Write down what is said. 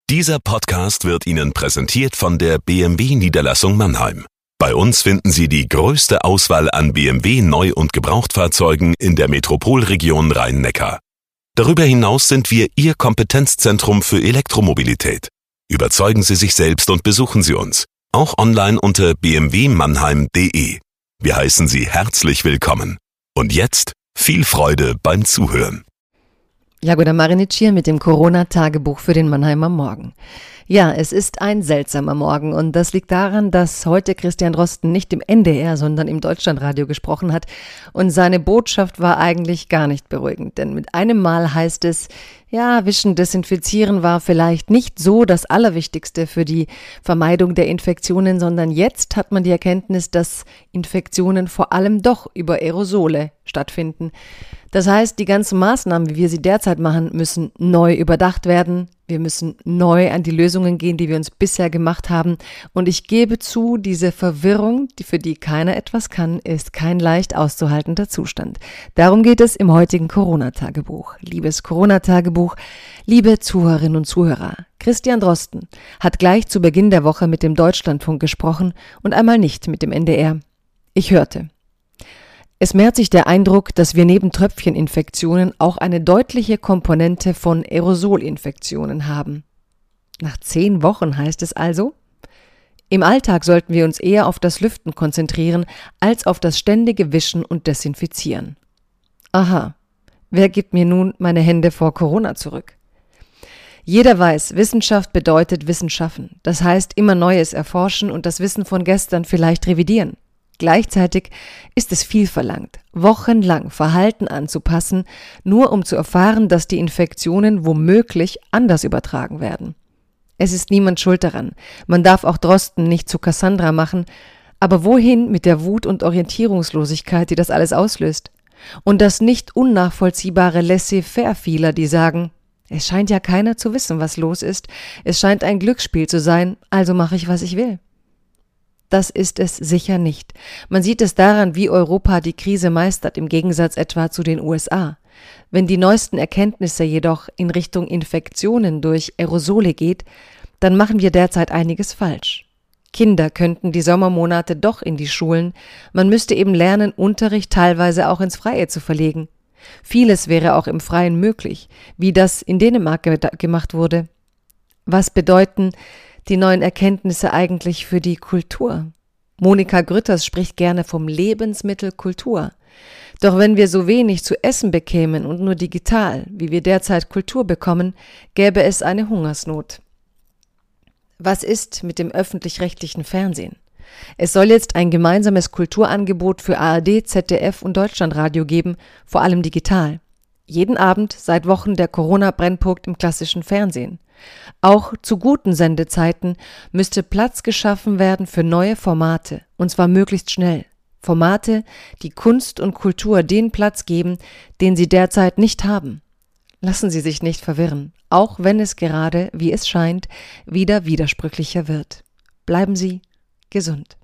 Dieser Podcast wird Ihnen präsentiert von der BMW-Niederlassung Mannheim. Bei uns finden Sie die größte Auswahl an BMW Neu- und Gebrauchtfahrzeugen in der Metropolregion Rhein-Neckar. Darüber hinaus sind wir Ihr Kompetenzzentrum für Elektromobilität. Überzeugen Sie sich selbst und besuchen Sie uns. Auch online unter bmwmannheim.de. Wir heißen Sie herzlich willkommen. Und jetzt viel Freude beim Zuhören. Jagoda Marinic hier mit dem Corona-Tagebuch für den Mannheimer Morgen. Ja, es ist ein seltsamer Morgen und das liegt daran, dass heute Christian Drosten nicht im NDR, sondern im Deutschlandradio gesprochen hat und seine Botschaft war eigentlich gar nicht beruhigend, denn mit einem Mal heißt es, ja, Wischen, Desinfizieren war vielleicht nicht so das Allerwichtigste für die Vermeidung der Infektionen, sondern jetzt hat man die Erkenntnis, dass Infektionen vor allem doch über Aerosole stattfinden. Das heißt, die ganzen Maßnahmen, wie wir sie derzeit machen, müssen neu überdacht werden. Wir müssen neu an die Lösungen gehen, die wir uns bisher gemacht haben. Und ich gebe zu, diese Verwirrung, für die keiner etwas kann, ist kein leicht auszuhaltender Zustand. Darum geht es im heutigen Corona-Tagebuch. Liebes Corona-Tagebuch, liebe Zuhörerinnen und Zuhörer, Christian Drosten hat gleich zu Beginn der Woche mit dem Deutschlandfunk gesprochen und einmal nicht mit dem NDR. Ich hörte: Es mehrt sich der Eindruck, dass wir neben Tröpfcheninfektionen auch eine deutliche Komponente von Aerosolinfektionen haben. Nach 10 Wochen heißt es also? Im Alltag sollten wir uns eher auf das Lüften konzentrieren, als auf das ständige Wischen und Desinfizieren. Aha, wer gibt mir nun meine Hände vor Corona zurück? Jeder weiß, Wissenschaft bedeutet Wissen schaffen. Das heißt, immer Neues erforschen und das Wissen von gestern vielleicht revidieren. Gleichzeitig ist es viel verlangt, wochenlang Verhalten anzupassen, nur um zu erfahren, dass die Infektionen womöglich anders übertragen werden. Es ist niemand schuld daran. Man darf auch Drosten nicht zu Cassandra machen, aber wohin mit der Wut und Orientierungslosigkeit, die das alles auslöst? Und das nicht unnachvollziehbare Laissez-faire vieler, die sagen, es scheint ja keiner zu wissen, was los ist, es scheint ein Glücksspiel zu sein, also mache ich, was ich will. Das ist es sicher nicht. Man sieht es daran, wie Europa die Krise meistert, im Gegensatz etwa zu den USA. Wenn die neuesten Erkenntnisse jedoch in Richtung Infektionen durch Aerosole geht, dann machen wir derzeit einiges falsch. Kinder könnten die Sommermonate doch in die Schulen. Man müsste eben lernen, Unterricht teilweise auch ins Freie zu verlegen. Vieles wäre auch im Freien möglich, wie das in Dänemark gemacht wurde. Was bedeuten die neuen Erkenntnisse eigentlich für die Kultur? Monika Grütters spricht gerne vom Lebensmittel Kultur. Doch wenn wir so wenig zu essen bekämen und nur digital, wie wir derzeit Kultur bekommen, gäbe es eine Hungersnot. Was ist mit dem öffentlich-rechtlichen Fernsehen? Es soll jetzt ein gemeinsames Kulturangebot für ARD, ZDF und Deutschlandradio geben, vor allem digital. Jeden Abend seit Wochen der Corona-Brennpunkt im klassischen Fernsehen. Auch zu guten Sendezeiten müsste Platz geschaffen werden für neue Formate, und zwar möglichst schnell. Formate, die Kunst und Kultur den Platz geben, den sie derzeit nicht haben. Lassen Sie sich nicht verwirren, auch wenn es gerade, wie es scheint, wieder widersprüchlicher wird. Bleiben Sie gesund.